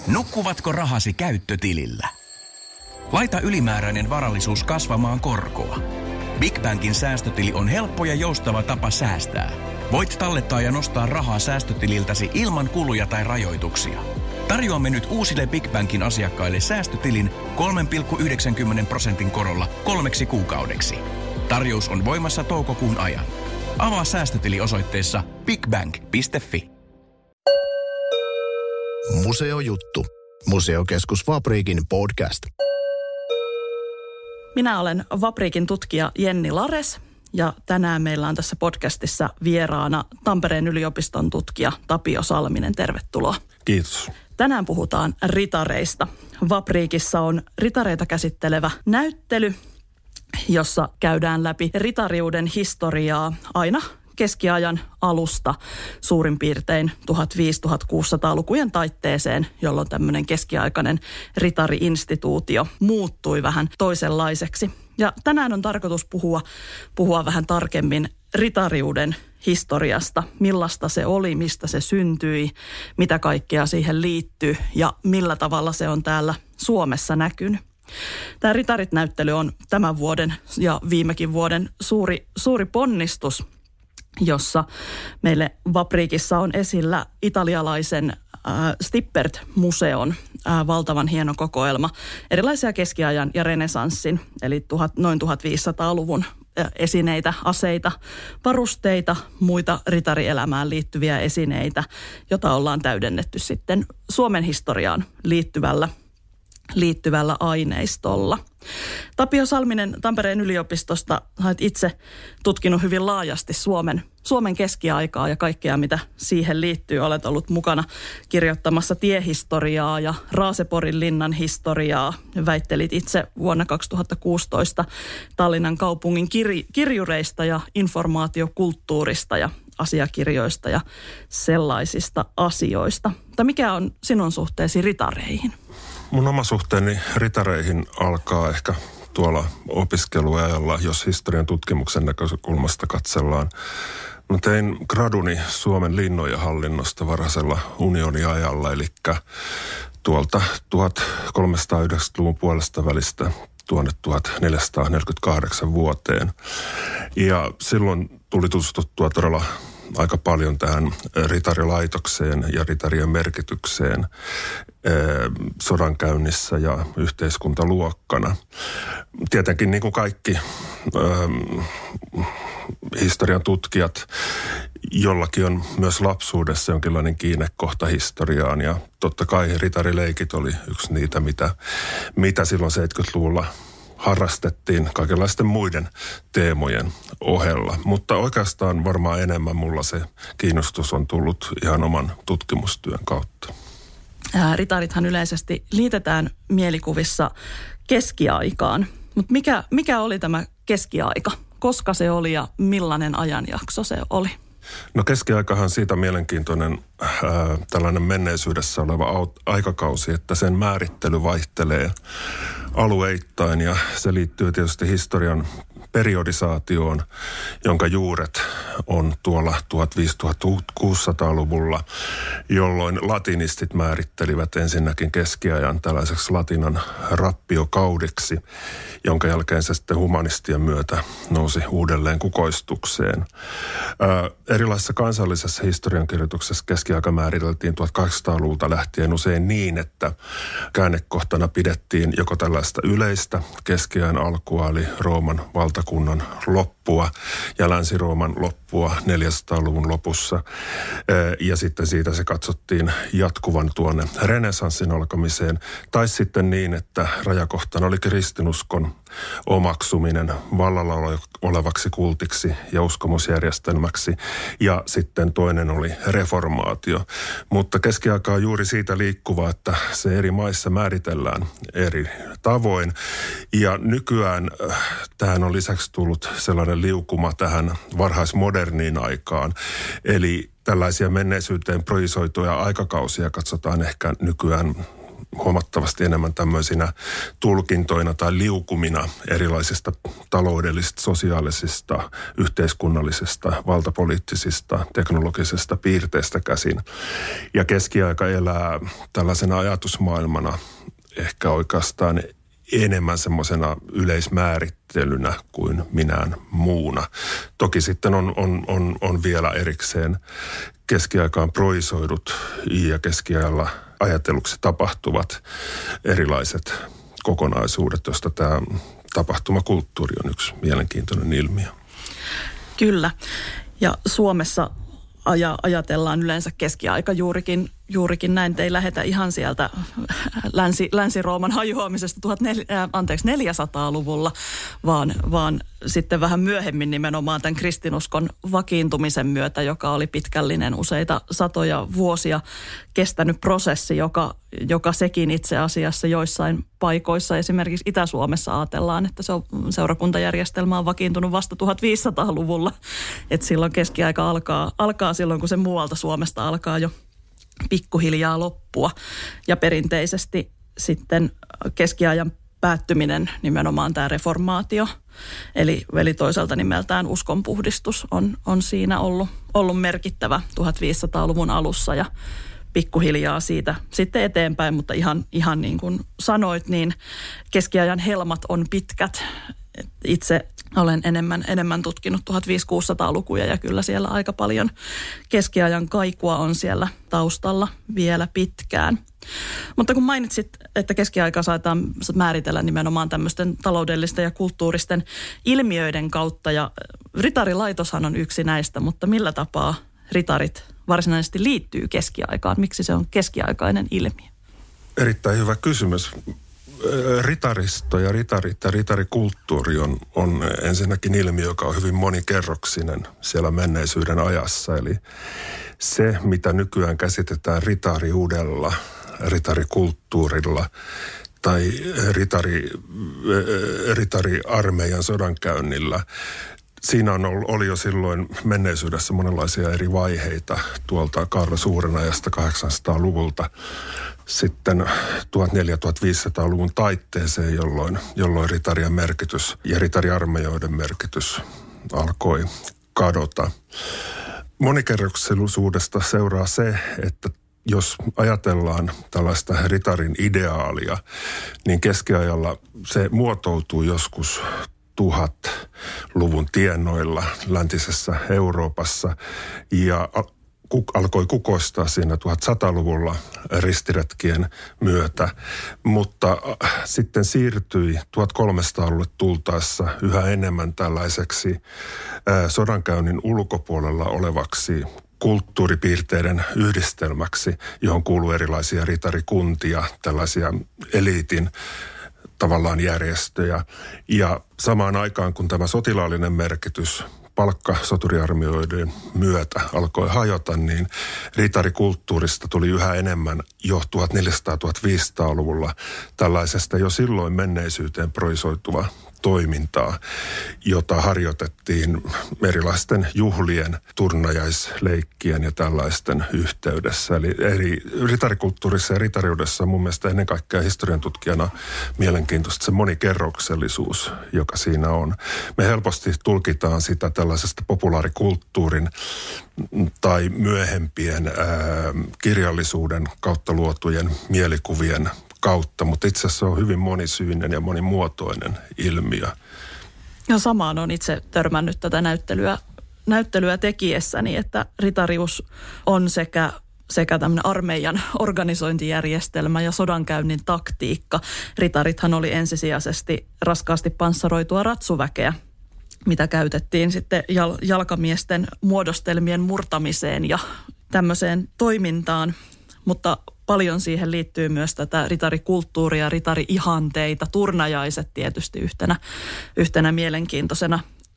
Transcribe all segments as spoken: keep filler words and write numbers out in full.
Nukkuvatko rahasi käyttötilillä? Laita ylimääräinen varallisuus kasvamaan korkoa. Big Bankin säästötili on helppo ja joustava tapa säästää. Voit tallettaa ja nostaa rahaa säästötililtäsi ilman kuluja tai rajoituksia. Tarjoamme nyt uusille Big Bankin asiakkaille säästötilin kolme pilkku yhdeksänkymmentä prosentin korolla kolmeksi kuukaudeksi. Tarjous on voimassa toukokuun ajan. Avaa säästötili osoitteessa bigbank piste fi. Museojuttu. Museokeskus Vapriikin podcast. Minä olen Vapriikin tutkija Jenni Lares ja tänään meillä on tässä podcastissa vieraana Tampereen yliopiston tutkija Tapio Salminen. Tervetuloa. Kiitos. Tänään puhutaan ritareista. Vapriikissa on ritareita käsittelevä näyttely, jossa käydään läpi ritariuden historiaa aina keskiajan alusta suurin piirtein tuhatviisisataa-tuhatkuusisataalukujen taitteeseen, jolloin tämmöinen keskiaikainen ritari-instituutio muuttui vähän toisenlaiseksi. Ja tänään on tarkoitus puhua, puhua vähän tarkemmin ritariuden historiasta, millaista se oli, mistä se syntyi, mitä kaikkea siihen liittyy ja millä tavalla se on täällä Suomessa näkynyt. Tämä Ritarit-näyttely on tämän vuoden ja viimekin vuoden suuri, suuri ponnistus, jossa meille Vapriikissa on esillä italialaisen äh, Stippert-museon äh, valtavan hieno kokoelma erilaisia keskiajan ja renesanssin, eli tuhat, noin tuhatviisisataaluvun äh, esineitä, aseita, varusteita, muita ritarielämään liittyviä esineitä, jota ollaan täydennetty sitten Suomen historiaan liittyvällä liittyvällä aineistolla. Tapio Salminen Tampereen yliopistosta, olet itse tutkinut hyvin laajasti Suomen, Suomen keskiaikaa ja kaikkea, mitä siihen liittyy. Olet ollut mukana kirjoittamassa tiehistoriaa ja Raaseporin linnan historiaa. Väittelit itse vuonna kaksituhattakuusitoista Tallinnan kaupungin kir- kirjureista ja informaatiokulttuurista ja asiakirjoista ja sellaisista asioista. Mutta mikä on sinun suhteesi ritareihin? Mun oma suhteeni ritareihin alkaa ehkä tuolla opiskeluajalla, jos historian tutkimuksen näkökulmasta katsellaan. Mä tein graduni Suomen linnojen hallinnosta varhaisella unioniajalla, eli tuolta tuhatkolmesataayhdeksänkymmentäluvun puolesta välistä tuonne tuhatneljäsataaneljäkymmentäkahdeksan vuoteen. Ja silloin tuli tutustuttua todella aika paljon tähän ritarilaitokseen ja ritarien merkitykseen sodankäynnissä ja yhteiskuntaluokkana. Tietenkin niin kuin kaikki ähm, historian tutkijat, jollakin on myös lapsuudessa jonkinlainen kiinnekohta historiaan ja totta kai ritarileikit oli yksi niitä, mitä, mitä silloin seitsemänkymmentäluvulla harrastettiin kaikenlaisten muiden teemojen ohella. Mutta oikeastaan varmaan enemmän mulla se kiinnostus on tullut ihan oman tutkimustyön kautta. Ritarithan yleisesti liitetään mielikuvissa keskiaikaan. Mutta mikä, mikä oli tämä keskiaika? Koska se oli ja millainen ajanjakso se oli? No keskiaikahan siitä mielenkiintoinen ää, tällainen menneisyydessä oleva aikakausi, että sen määrittely vaihtelee alueittain ja se liittyy tietysti historian periodisaatioon, jonka juuret on tuolla tuhatviisisataa-tuhatkuusisataaluvulla, jolloin latinistit määrittelivät ensinnäkin keskiajan tällaiseksi latinan rappiokaudiksi, jonka jälkeen se sitten humanistien myötä nousi uudelleen kukoistukseen. Ää, erilaisessa kansallisessa historiankirjoituksessa keskiaika määriteltiin tuhatkahdeksansataaluvulta lähtien usein niin, että käännekohtana pidettiin joko tällaista yleistä keskiajan alkua, eli Rooman valtakunnan loppua ja Länsi-Rooman loppua neljäsataaluvun lopussa. Ja sitten siitä se katsottiin jatkuvan tuonne renesanssin alkamiseen. Tai sitten niin, että rajakohtana oli kristinuskon omaksuminen vallalla olevaksi kultiksi ja uskomusjärjestelmäksi. Ja sitten toinen oli reformaatio. Mutta keskiaika on juuri siitä liikkuva, että se eri maissa määritellään eri tavoin. Ja nykyään tähän on lisäksi tullut sellainen liukuma tähän varhaismoderniin aikaan. Eli tällaisia menneisyyteen projisoituja aikakausia katsotaan ehkä nykyään huomattavasti enemmän tämmöisinä tulkintoina tai liukumina erilaisista taloudellisista, sosiaalisista, yhteiskunnallisista, valtapoliittisista, teknologisista piirteistä käsin. Ja keskiaika elää tällaisena ajatusmaailmana ehkä oikeastaan enemmän semmoisena yleismäärittelynä kuin minään muuna. Toki sitten on, on, on, on vielä erikseen keskiaikaan projisoidut ja keskiajalla ajatelluksi tapahtuvat erilaiset kokonaisuudet, joista tämä tapahtumakulttuuri on yksi mielenkiintoinen ilmiö. Kyllä. Ja Suomessa aja, ajatellaan yleensä keskiaika juurikin, juurikin näin. Te ei lähetä ihan sieltä länsi, Länsi-Rooman hajoamisesta neljäsataaluvulla, vaan, vaan sitten vähän myöhemmin nimenomaan tämän kristinuskon vakiintumisen myötä, joka oli pitkällinen useita satoja vuosia kestänyt prosessi, joka, joka sekin itse asiassa joissain paikoissa, esimerkiksi Itä-Suomessa ajatellaan, että se on, seurakuntajärjestelmä on vakiintunut vasta viisitoistasataaluvulla, että silloin keskiaika alkaa, alkaa silloin, kun se muualta Suomesta alkaa jo pikkuhiljaa loppua ja perinteisesti sitten keskiajan päättyminen nimenomaan tämä reformaatio, eli, eli toisaalta nimeltään uskonpuhdistus on, on siinä ollut, ollut merkittävä viisitoistasataaluvun alussa ja pikkuhiljaa siitä sitten eteenpäin, mutta ihan, ihan niin kuin sanoit, niin keskiajan helmat on pitkät. Itse olen enemmän, enemmän tutkinut viisitoistasataalukuja ja kyllä siellä aika paljon keskiajan kaikua on siellä taustalla vielä pitkään. Mutta kun mainitsit, että keskiaika saadaan määritellä nimenomaan tämmöisten taloudellisten ja kulttuuristen ilmiöiden kautta ja ritarilaitoshan on yksi näistä, mutta millä tapaa ritarit varsinaisesti liittyy keskiaikaan? Miksi se on keskiaikainen ilmiö? Erittäin hyvä kysymys. Ritaristo ja ritarit ja ritarikulttuuri on, on ensinnäkin ilmiö, joka on hyvin monikerroksinen siellä menneisyyden ajassa. Eli se, mitä nykyään käsitetään ritariudella, ritarikulttuurilla tai ritari, ritariarmeijan sodankäynnillä, siinä on ollut, oli jo silloin menneisyydessä monenlaisia eri vaiheita tuolta Kaarlo Suuren ajasta kahdeksansataaluvulta sitten tuhatneljäsataa-tuhatviisisataaluvun taitteeseen, jolloin, jolloin ritarien merkitys ja ritariarmeijoiden merkitys alkoi kadota. Monikerroksellisuudesta seuraa se, että jos ajatellaan tällaista ritarin ideaalia, niin keskiajalla se muotoutuu joskus tuhatluvun tienoilla läntisessä Euroopassa ja alkoi kukoistaa siinä tuhatsataluvulla ristiretkien myötä, mutta sitten siirtyi tuhatkolmesataaluvulle tultaessa yhä enemmän tällaiseksi sodankäynnin ulkopuolella olevaksi kulttuuripiirteiden yhdistelmäksi, johon kuuluu erilaisia ritarikuntia, tällaisia eliitin tavallaan järjestöjä. Ja samaan aikaan, kun tämä sotilaallinen merkitys palkkasoturiarmioiden myötä alkoi hajota, niin ritarikulttuurista tuli yhä enemmän jo tuhatneljäsataa-tuhatviisisataaluvulla tällaisesta jo silloin menneisyyteen projisoituva toimintaa, jota harjoitettiin erilaisten juhlien, turnajaisleikkien ja tällaisten yhteydessä. Eli eri ritarikulttuurissa ja ritariudessa on mun mielestä ennen kaikkea historian tutkijana mielenkiintoista se monikerroksellisuus, joka siinä on. Me helposti tulkitaan sitä tällaisesta populaarikulttuurin tai myöhempien ää, kirjallisuuden kautta luotujen mielikuvien kautta, mutta itse asiassa se on hyvin monisyinen ja monimuotoinen ilmiö. Ja samaan on itse törmännyt tätä näyttelyä, näyttelyä tekiessäni, että ritarius on sekä, sekä tämmöinen armeijan organisointijärjestelmä ja sodankäynnin taktiikka. Ritarithan oli ensisijaisesti raskaasti panssaroitua ratsuväkeä, mitä käytettiin sitten jal- jalkamiesten muodostelmien murtamiseen ja tämmöiseen toimintaan, mutta paljon siihen liittyy myös tätä ritarikulttuuria, ritari-ihanteita, turnajaiset tietysti yhtenä, yhtenä mielenkiintoisena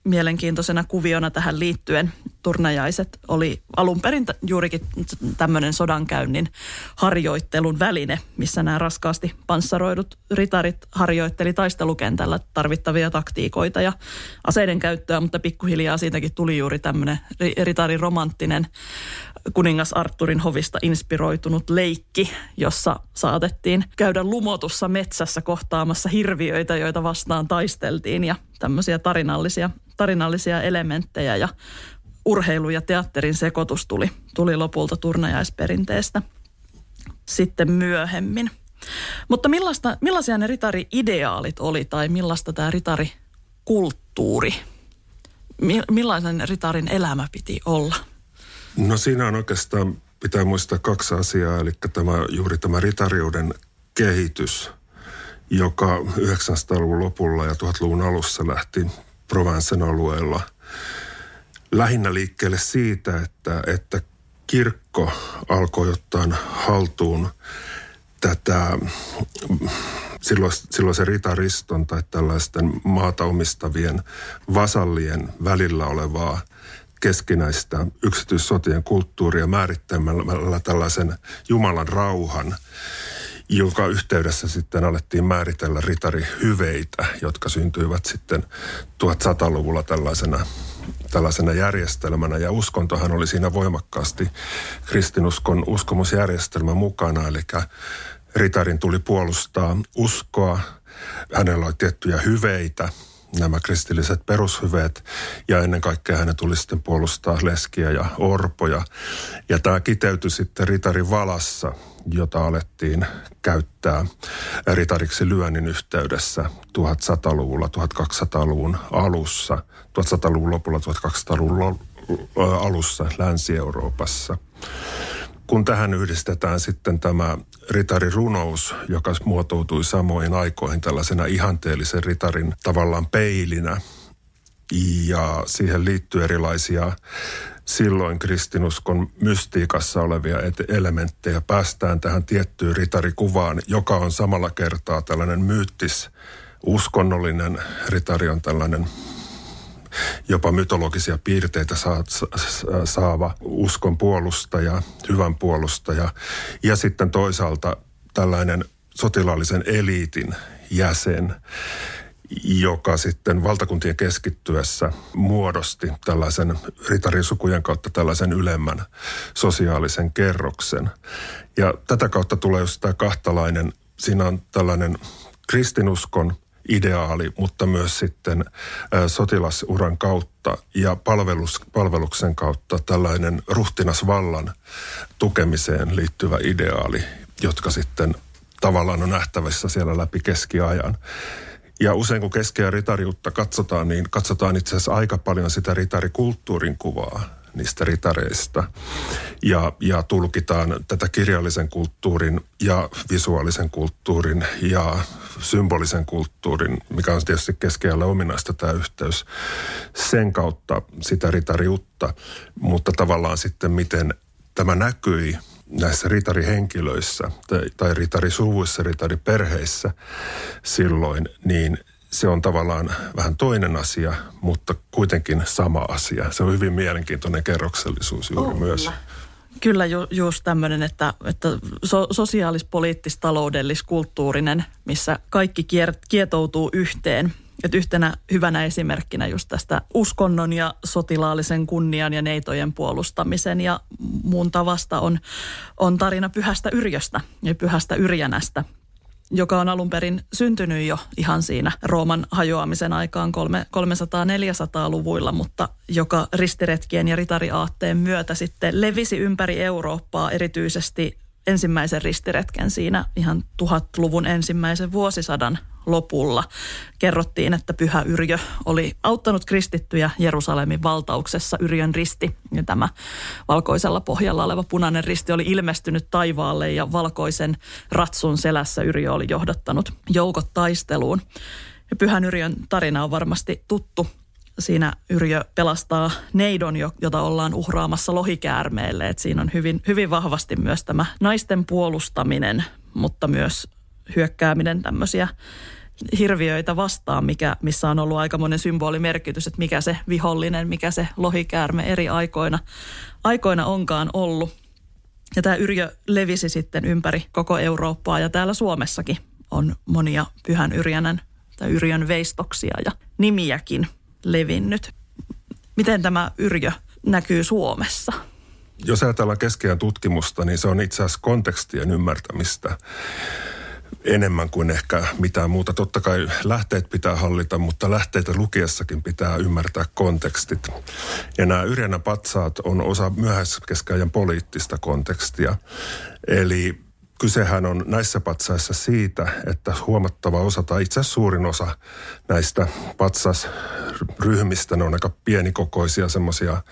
mielenkiintoisena kuviona tähän liittyen. Turnajaiset oli alun perin juurikin tämmöinen sodankäynnin harjoittelun väline, missä nämä raskaasti panssaroidut ritarit harjoitteli taistelukentällä tarvittavia taktiikoita ja aseiden käyttöä, mutta pikkuhiljaa siitäkin tuli juuri tämmöinen ritariromanttinen kuningas Arthurin hovista inspiroitunut leikki, jossa saatettiin käydä lumotussa metsässä kohtaamassa hirviöitä, joita vastaan taisteltiin ja tämmöisiä tarinallisia, tarinallisia elementtejä ja urheilu ja teatterin sekoitus tuli, tuli lopulta turnajaisperinteestä sitten myöhemmin. Mutta millaista, millaisia ne ritari-ideaalit oli tai millaista tämä ritarikulttuuri, millaisen ritarin elämä piti olla? No siinä on oikeastaan, pitää muistaa kaksi asiaa, eli tämä, juuri tämä ritariuden kehitys, joka yhdeksänsadan-luvun lopulla ja tuhatluvun alussa lähti Provencen alueella lähinnä liikkeelle siitä, että, että kirkko alkoi ottaa haltuun tätä silloin, silloin se ritariston tai tällaisten maata omistavien vasallien välillä olevaa keskinäistä yksityissotien kulttuuria määrittämällä tällaisen Jumalan rauhan, joka yhteydessä sitten alettiin määritellä ritarihyveitä, jotka syntyivät sitten tuhatsataluvulla tällaisena, tällaisena järjestelmänä. Ja uskontohan oli siinä voimakkaasti kristinuskon uskomusjärjestelmä mukana, eli ritarin tuli puolustaa uskoa, hänellä oli tiettyjä hyveitä, nämä kristilliset perushyveet, ja ennen kaikkea hänen tuli sitten puolustaa leskiä ja orpoja. Ja tämä kiteytyi sitten ritarin valassa, jota alettiin käyttää ritariksi lyönnin yhteydessä tuhatsataluvulla, tuhatkaksisataaluvun alussa, tuhatsataluvun lopulla, tuhatkaksisataaluvun alussa Länsi-Euroopassa. Kun tähän yhdistetään sitten tämä ritarirunous, joka muotoutui samoihin aikoihin tällaisena ihanteellisen ritarin tavallaan peilinä, ja siihen liittyy erilaisia silloin kristinuskon mystiikassa olevia elementtejä. Päästään tähän tiettyyn ritarikuvaan, joka on samalla kertaa tällainen myyttis, uskonnollinen. Ritari on tällainen jopa mytologisia piirteitä saava uskon puolustaja, hyvän puolustaja. Ja sitten toisaalta tällainen sotilaallisen eliitin jäsen, joka sitten valtakuntien keskittyessä muodosti tällaisen ritarisukujen kautta tällaisen ylemmän sosiaalisen kerroksen. Ja tätä kautta tulee just tämä kahtalainen, siinä on tällainen kristinuskon ideaali, mutta myös sitten sotilasuran kautta ja palvelus, palveluksen kautta tällainen ruhtinasvallan tukemiseen liittyvä ideaali, jotka sitten tavallaan on nähtävissä siellä läpi keskiajan. Ja usein kun keskiajan ritariutta katsotaan, niin katsotaan itse asiassa aika paljon sitä ritarikulttuurin kuvaa niistä ritareista. Ja, ja tulkitaan tätä kirjallisen kulttuurin ja visuaalisen kulttuurin ja symbolisen kulttuurin, mikä on tietysti keskiajalla ominaista tämä yhteys, sen kautta sitä ritariutta. Mutta tavallaan sitten miten tämä näkyi näissä ritarihenkilöissä tai, tai ritarisuvuissa, ritariperheissä silloin, niin se on tavallaan vähän toinen asia, mutta kuitenkin sama asia. Se on hyvin mielenkiintoinen kerroksellisuus juuri oh, myös. Kyllä ju, just tämmöinen, että, että so, sosiaalis-poliittis, taloudellis, kulttuurinen, missä kaikki kier, kietoutuu yhteen. Että yhtenä hyvänä esimerkkinä just tästä uskonnon ja sotilaallisen kunnian ja neitojen puolustamisen ja muun tavasta on, on tarina Pyhästä Yrjöstä ja Pyhästä Yrjänästä, joka on alun perin syntynyt jo ihan siinä Rooman hajoamisen aikaan kolmesataa-neljäsataa-luvuilla, mutta joka ristiretkien ja ritariaatteen myötä sitten levisi ympäri Eurooppaa, erityisesti ensimmäisen ristiretken siinä ihan tuhatluvun ensimmäisen vuosisadan lopulla. Kerrottiin, että Pyhä Yrjö oli auttanut kristittyjä Jerusalemin valtauksessa. Yrjön risti ja tämä valkoisella pohjalla oleva punainen risti oli ilmestynyt taivaalle ja valkoisen ratsun selässä Yrjö oli johdattanut joukot taisteluun. Ja Pyhän Yrjön tarina on varmasti tuttu. Siinä Yrjö pelastaa neidon, jota ollaan uhraamassa lohikäärmeelle. Et siinä on hyvin, hyvin vahvasti myös tämä naisten puolustaminen, mutta myös hyökkääminen tämmöisiä hirviöitä vastaan, mikä, missä on ollut aikamoinen symbolimerkitys, että mikä se vihollinen, mikä se lohikäärme eri aikoina, aikoina onkaan ollut. Ja tämä Yrjö levisi sitten ympäri koko Eurooppaa ja täällä Suomessakin on monia Pyhän Yrjänän tai Yrjön veistoksia ja nimiäkin levinnyt. Miten tämä Yrjö näkyy Suomessa? Jos ajatellaan keskiajan tutkimusta, niin se on itse asiassa kontekstien ymmärtämistä enemmän kuin ehkä mitään muuta. Totta kai lähteet pitää hallita, mutta lähteitä lukiessakin pitää ymmärtää kontekstit. Ja nämä Yrjänän patsaat on osa myöhäiskeskiajan poliittista kontekstia. Eli kysehän on näissä patsaissa siitä, että huomattava osa tai itse asiassa suurin osa näistä patsasryhmistä, ne on aika pienikokoisia, semmoisia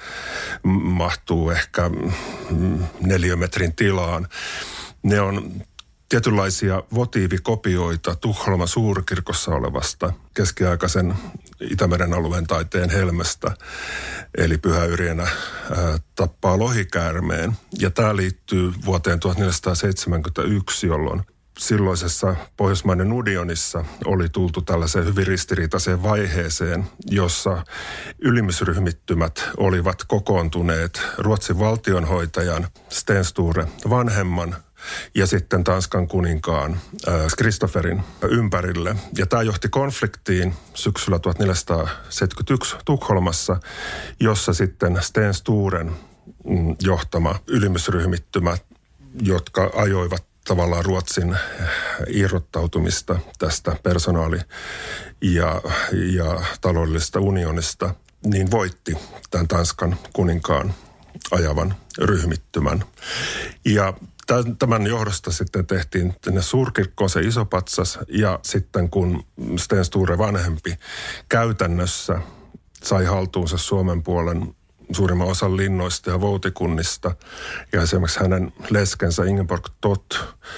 mahtuu ehkä neliömetrin tilaan. Ne on tietynlaisia votiivikopioita Tukholman suurkirkossa olevasta keskiaikaisen Itämeren alueen taiteen helmestä. Eli Pyhä Yrjänä ää, tappaa lohikäärmeen. Ja tämä liittyy vuoteen tuhatneljäsataaseitsemänkymmentäyksi, jolloin silloisessa Pohjoismaiden unionissa oli tultu tällaiseen hyvin ristiriitaiseen vaiheeseen, jossa ylimysryhmittymät olivat kokoontuneet Ruotsin valtionhoitajan Sten Sture vanhemman ja sitten Tanskan kuninkaan äh, Kristofferin ympärille. Ja tämä johti konfliktiin syksyllä tuhatneljäsataaseitsemänkymmentäyksi Tukholmassa, jossa sitten Sten Sturen mm, johtama ylimysryhmittymä, jotka ajoivat tavallaan Ruotsin irrottautumista tästä personaali- ja, ja taloudellisesta unionista, niin voitti tämän Tanskan kuninkaan ajavan ryhmittymän. Ja tämän johdosta sitten tehtiin tänne suurkirkkoon se iso patsas, ja sitten kun Sten Sture vanhempi käytännössä sai haltuunsa Suomen puolen suurimman osan linnoista ja voutikunnista, ja esimerkiksi hänen leskensä Ingeborg Tott,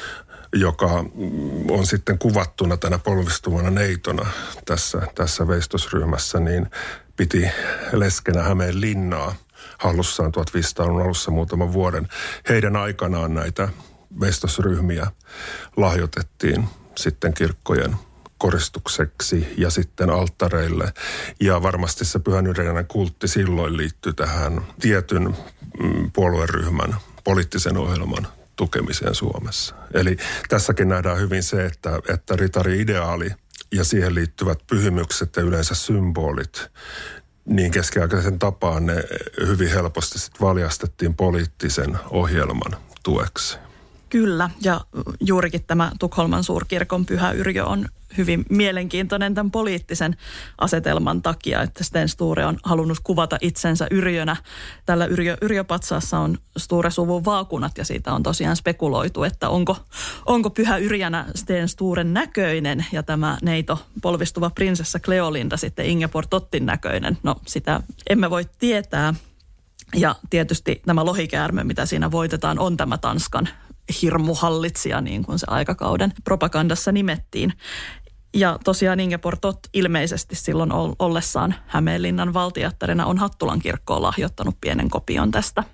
joka on sitten kuvattuna tänä polvistuvana neitona tässä, tässä veistosryhmässä, niin piti leskenä Hämeen linnaa hallussaan tuhatviisisataaluvun alussa muutaman vuoden. Heidän aikanaan näitä veistosryhmiä lahjoitettiin sitten kirkkojen koristukseksi ja sitten alttareille. Ja varmasti se Pyhän Yrjänän kultti silloin liittyi tähän tietyn puolueryhmän poliittisen ohjelman tukemiseen Suomessa. Eli tässäkin nähdään hyvin se, että, että ritari-ideaali ja siihen liittyvät pyhimykset ja yleensä symbolit, niin keskiaikaisen tapaan ne hyvin helposti sit valjastettiin poliittisen ohjelman tueksi. Kyllä, ja juurikin tämä Tukholman suurkirkon Pyhä Yrjö on hyvin mielenkiintoinen tämän poliittisen asetelman takia, että Sten Sture on halunnut kuvata itsensä Yrjönä. Tällä Yrjö, Yrjöpatsaassa on Sture-suvun vaakunat, ja siitä on tosiaan spekuloitu, että onko, onko Pyhä Yrjänä Sten Sturen näköinen ja tämä neito polvistuva prinsessa Kleolinda sitten Ingeborg Tottin näköinen. No sitä emme voi tietää. Ja tietysti tämä lohikäärme, mitä siinä voitetaan, on tämä Tanskan hirmuhallitsija, niin kuin se aikakauden propagandassa nimettiin. Ja tosiaan Ingeborg Tott ilmeisesti silloin ollessaan Hämeenlinnan valtiattarina on Hattulan kirkkoon lahjoittanut pienen kopion tästä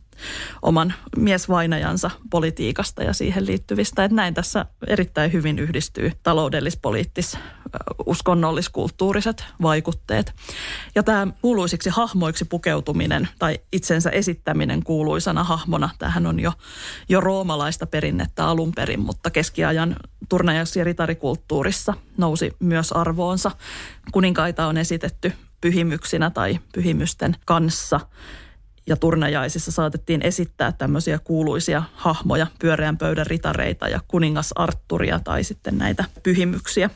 oman miesvainajansa politiikasta ja siihen liittyvistä. Että näin tässä erittäin hyvin yhdistyy taloudellis-poliittis, uskonnollis-kulttuuriset vaikutteet. Ja tämä kuuluisiksi hahmoiksi pukeutuminen tai itsensä esittäminen kuuluisana hahmona, tämähän on jo, jo roomalaista perinnettä alun perin, mutta keskiajan turnajaksi- ja ritarikulttuurissa nousi myös arvoonsa. Kuninkaita on esitetty pyhimyksinä tai pyhimysten kanssa. Ja turnajaisissa saatettiin esittää tämmöisiä kuuluisia hahmoja, pyöreän pöydän ritareita ja kuningas Artturia tai sitten näitä pyhimyksiä.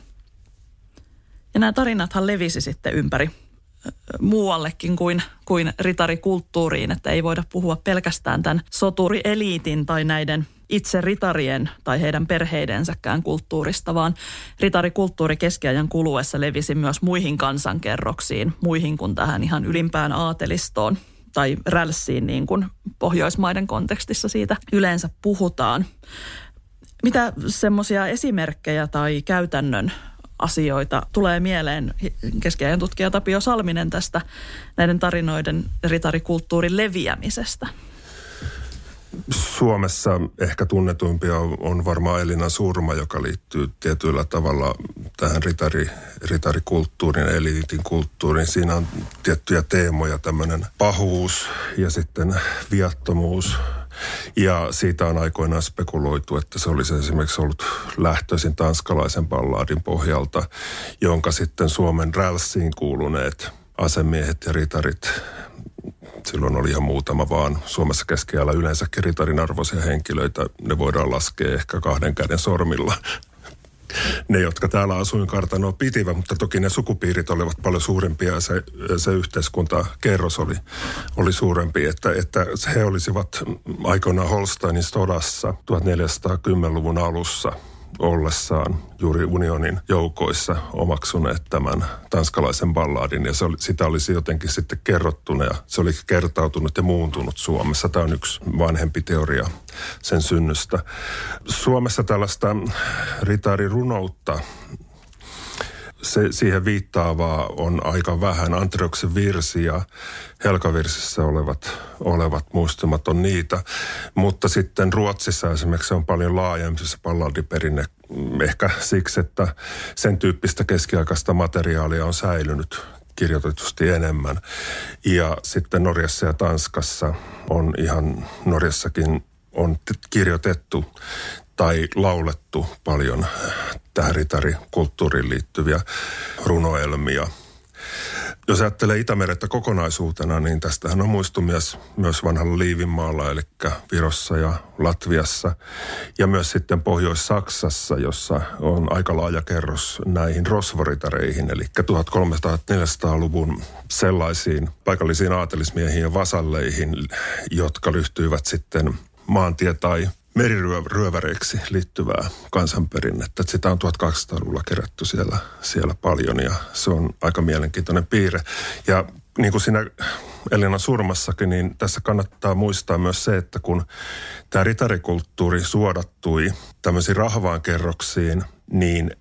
Ja nämä tarinathan levisi sitten ympäri muuallekin kuin, kuin ritarikulttuuriin, että ei voida puhua pelkästään tämän soturieliitin tai näiden itse ritarien tai heidän perheidensäkään kulttuurista, vaan ritarikulttuuri keskiajan kuluessa levisi myös muihin kansankerroksiin, muihin kuin tähän ihan ylimpään aatelistoon tai rälssiin, niin kuin Pohjoismaiden kontekstissa siitä yleensä puhutaan. Mitä semmoisia esimerkkejä tai käytännön asioita tulee mieleen keskiajan tutkija Tapio Salminen tästä näiden tarinoiden ritarikulttuurin leviämisestä? Suomessa ehkä tunnetuimpia on varmaan Elinan surma, joka liittyy tietyllä tavalla tähän ritari, ritarikulttuurin, eliitin kulttuuriin. Siinä on tiettyjä teemoja, tämmöinen pahuus ja sitten viattomuus. Ja siitä on aikoinaan spekuloitu, että se olisi esimerkiksi ollut lähtöisin tanskalaisen ballaadin pohjalta, jonka sitten Suomen rälssiin kuuluneet asemiehet ja ritarit, silloin oli ihan muutama vaan Suomessa keskiajalla yleensäkin ritarin arvoisia henkilöitä, ne voidaan laskea ehkä kahden käden sormilla. Ne, jotka täällä asuinkartanoa pitivät, mutta toki ne sukupiirit olivat paljon suurempia ja se, se yhteiskuntakerros oli, oli suurempi, että, että he olisivat aikoinaan Holsteinin sodassa tuhatneljäsataakymmentäluvun alussa ollessaan juuri unionin joukoissa omaksuneet tämän tanskalaisen ballaadin ja se oli, sitä olisi jotenkin sitten kerrottuna ja se oli kertautunut ja muuntunut Suomessa. Tämä on yksi vanhempi teoria sen synnystä. Suomessa tällaista ritarirunoutta, se, siihen viittaavaa on aika vähän. Anteroksen virsi ja Helkavirsissä olevat, olevat muistumat on niitä. Mutta sitten Ruotsissa esimerkiksi on paljon laajempi se balladiperinne. Ehkä siksi, että sen tyyppistä keskiaikaista materiaalia on säilynyt kirjoitetusti enemmän. Ja sitten Norjassa ja Tanskassa on ihan, Norjassakin on kirjoitettu tai laulettu paljon tähän ritarikulttuuriin liittyviä runoelmia. Jos ajattelee Itämerettä kokonaisuutena, niin tästähän on muistumia myös vanhalla Liivinmaalla, eli Virossa ja Latviassa. Ja myös sitten Pohjois-Saksassa, jossa on aika laaja kerros näihin rosvoritareihin, eli tuhatkolmesataaneljäsataaluvun sellaisiin paikallisiin aatelismiehiin ja vasalleihin, jotka ryhtyivät sitten maantie- tai meriryöväreiksi liittyvää kansanperinnettä. Että sitä on tuhatkahdeksansataaluvulla kerätty siellä, siellä paljon ja se on aika mielenkiintoinen piirre. Ja niin kuin siinä Elinan surmassakin, niin tässä kannattaa muistaa myös se, että kun tämä ritarikulttuuri suodattui tämmöisiin rahvaan kerroksiin, niin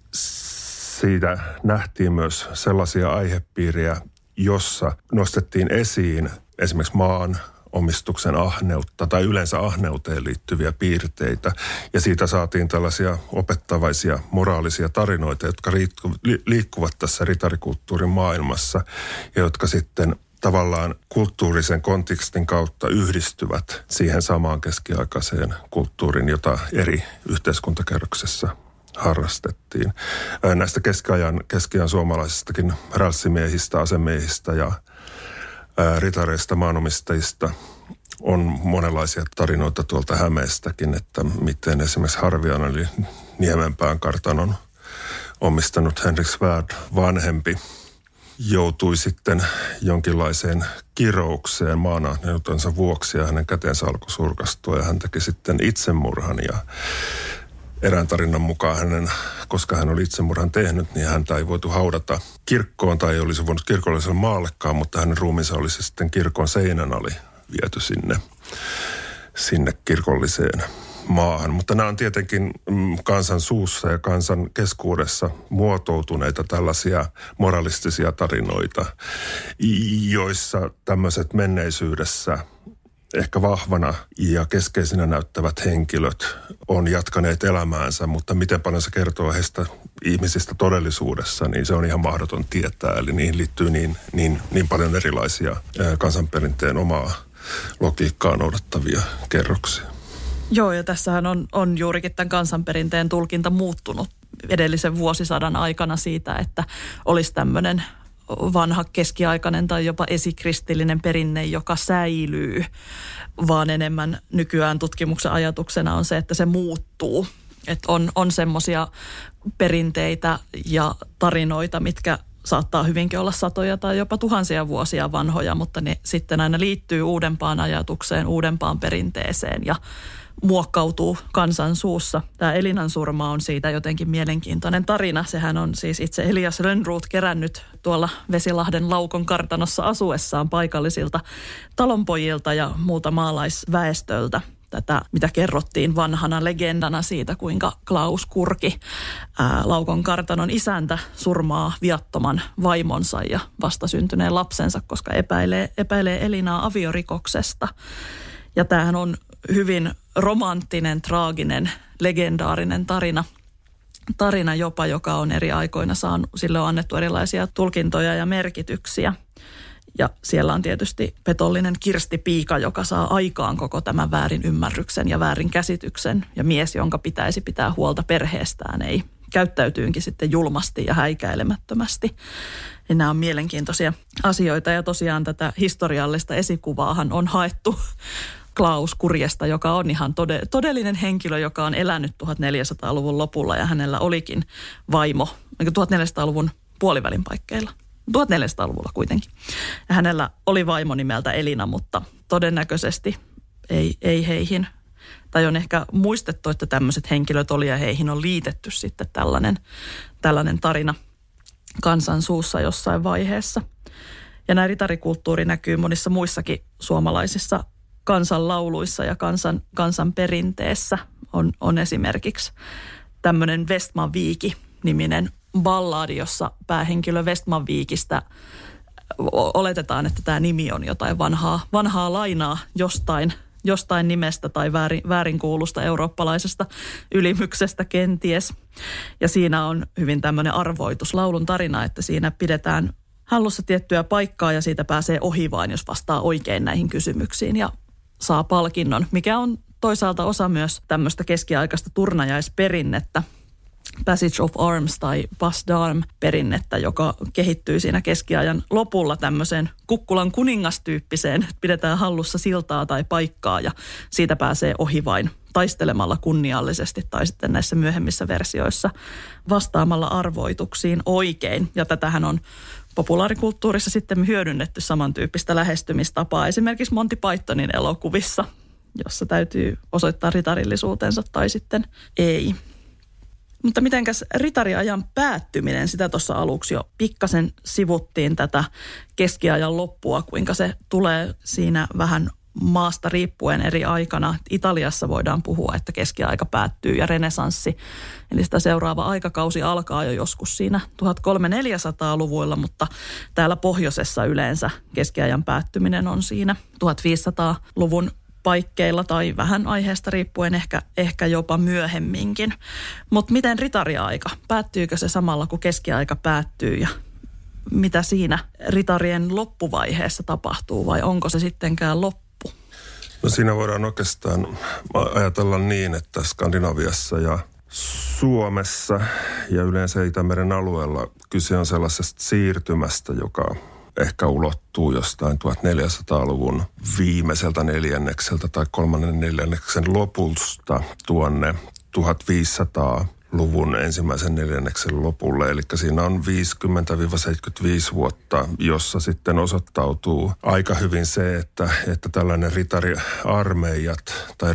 siitä nähtiin myös sellaisia aihepiiriä, jossa nostettiin esiin esimerkiksi maan omistuksen ahneutta tai yleensä ahneuteen liittyviä piirteitä. Ja siitä saatiin tällaisia opettavaisia moraalisia tarinoita, jotka liikkuvat tässä ritarikulttuurin maailmassa ja jotka sitten tavallaan kulttuurisen kontekstin kautta yhdistyvät siihen samaan keskiaikaiseen kulttuuriin, jota eri yhteiskuntakerroksessa harrastettiin. Näistä keskiajan, keskiajan suomalaisistakin rälssimiehistä, asemiehistä ja ritareista, maanomistajista on monenlaisia tarinoita tuolta Hämeestäkin, että miten esimerkiksi Harvian eli Niemenpään kartanon omistanut Henrik Svärd vanhempi joutui sitten jonkinlaiseen kiroukseen maanahneutensa vuoksi ja hänen käteensä alkoi surkastua ja hän teki sitten itsemurhan ja erään tarinan mukaan hänen, koska hän oli itsemurhan tehnyt, niin häntä ei voitu haudata kirkkoon tai ei olisi voinut kirkolliselle maallekaan, mutta hänen ruumiinsa olisi sitten kirkon seinän ali viety sinne, sinne kirkolliseen maahan. Mutta nämä on tietenkin kansan suussa ja kansan keskuudessa muotoutuneita tällaisia moralistisia tarinoita, joissa tämmöiset menneisyydessä ehkä vahvana ja keskeisinä näyttävät henkilöt on jatkaneet elämäänsä, mutta miten paljon se kertoo heistä ihmisistä todellisuudessa, niin se on ihan mahdoton tietää. Eli niihin liittyy niin, niin, niin paljon erilaisia kansanperinteen omaa logiikkaa noudattavia kerroksia. Joo, ja tässähän on, on juurikin tämän kansanperinteen tulkinta muuttunut edellisen vuosisadan aikana siitä, että olisi tämmöinen vanha keskiaikainen tai jopa esikristillinen perinne, joka säilyy, vaan enemmän nykyään tutkimuksen ajatuksena on se, että se muuttuu. Että on, on semmoisia perinteitä ja tarinoita, mitkä saattaa hyvinkin olla satoja tai jopa tuhansia vuosia vanhoja, mutta ne sitten aina liittyy uudempaan ajatukseen, uudempaan perinteeseen ja muokkautuu kansan suussa. Tämä Elinan surma on siitä jotenkin mielenkiintoinen tarina. Sehän on siis itse Elias Lönnroth kerännyt tuolla Vesilahden Laukon kartanossa asuessaan paikallisilta talonpojilta ja muuta maalaisväestöltä. Tätä, mitä kerrottiin vanhana legendana siitä, kuinka Klaus Kurki, ää, Laukon kartanon isäntä, surmaa viattoman vaimonsa ja vastasyntyneen lapsensa, koska epäilee, epäilee Elinaa aviorikoksesta. Ja tämähän on hyvin romanttinen, traaginen, legendaarinen tarina. Tarina jopa, joka on eri aikoina saanut, sille on annettu erilaisia tulkintoja ja merkityksiä. Ja siellä on tietysti petollinen Kirsti Piika, joka saa aikaan koko tämän väärin ymmärryksen ja väärin käsityksen. Ja mies, jonka pitäisi pitää huolta perheestään, ei käyttäytyynkin sitten julmasti ja häikäilemättömästi. Ja nämä on mielenkiintoisia asioita ja tosiaan tätä historiallista esikuvaahan on haettu Klaus Kurjesta, joka on ihan tode, todellinen henkilö, joka on elänyt tuhatneljäsataaluvun lopulla ja hänellä olikin vaimo tuhatneljäsataaluvun puolivälin paikkeilla. tuhatneljäsataaluvulla kuitenkin. Ja hänellä oli vaimo nimeltä Elina, mutta todennäköisesti ei, ei heihin, tai on ehkä muistettu, että tämmöiset henkilöt oli ja heihin on liitetty sitten tällainen, tällainen tarina kansan suussa jossain vaiheessa. Ja näin ritarikulttuuri näkyy monissa muissakin suomalaisissa kansanlauluissa ja kansan, kansan perinteessä. On, on esimerkiksi tämmöinen Vestman Viiki-niminen ballaadi, jossa päähenkilö Vestman Viikistä oletetaan, että tämä nimi on jotain vanhaa, vanhaa lainaa jostain, jostain nimestä tai väärin, väärinkuulusta eurooppalaisesta ylimyksestä kenties. Ja siinä on hyvin tämmöinen arvoitus laulun tarina, että siinä pidetään hallussa tiettyä paikkaa ja siitä pääsee ohi vain, jos vastaa oikein näihin kysymyksiin ja saa palkinnon, mikä on toisaalta osa myös tämmöistä keskiaikaista turnajaisperinnettä. Passage of Arms tai Pass d'Armes-perinnettä, joka kehittyy siinä keskiajan lopulla tämmöiseen kukkulan kuningastyyppiseen, että pidetään hallussa siltaa tai paikkaa ja siitä pääsee ohi vain taistelemalla kunniallisesti tai sitten näissä myöhemmissä versioissa vastaamalla arvoituksiin oikein. Ja tätähän on populaarikulttuurissa sitten hyödynnetty samantyyppistä lähestymistapaa esimerkiksi Monty Pythonin elokuvissa, jossa täytyy osoittaa ritarillisuutensa tai sitten ei. Mutta mitenkäs ritariajan päättyminen, sitä tuossa aluksi jo pikkasen sivuttiin tätä keskiajan loppua, kuinka se tulee siinä vähän maasta riippuen eri aikana. Italiassa voidaan puhua, että keskiaika päättyy ja renesanssi, eli sitä seuraava aikakausi alkaa jo joskus siinä tuhatkolmesataa-neljäsataa-luvuilla, mutta täällä pohjoisessa yleensä keskiajan päättyminen on siinä tuhatviisisataaluvun paikkeilla tai vähän aiheesta riippuen ehkä, ehkä jopa myöhemminkin. Mutta miten ritariaika? Päättyykö se samalla kuin keskiaika päättyy ja mitä siinä ritarien loppuvaiheessa tapahtuu vai onko se sittenkään loppu? No siinä voidaan oikeastaan ajatella niin, että Skandinaviassa ja Suomessa ja yleensä Itämeren alueella kyse on sellaisesta siirtymästä, joka ehkä ulottuu jostain tuhatneljäsataaluvun viimeiseltä neljännekseltä tai kolmannen neljänneksen lopusta tuonne tuhatviisisataaluvun ensimmäisen neljänneksen lopulle. Eli siinä on viisikymmentä seitsemänkymmentäviisi vuotta, jossa sitten osoittautuu aika hyvin se, että, että tällainen ritariarmeijat tai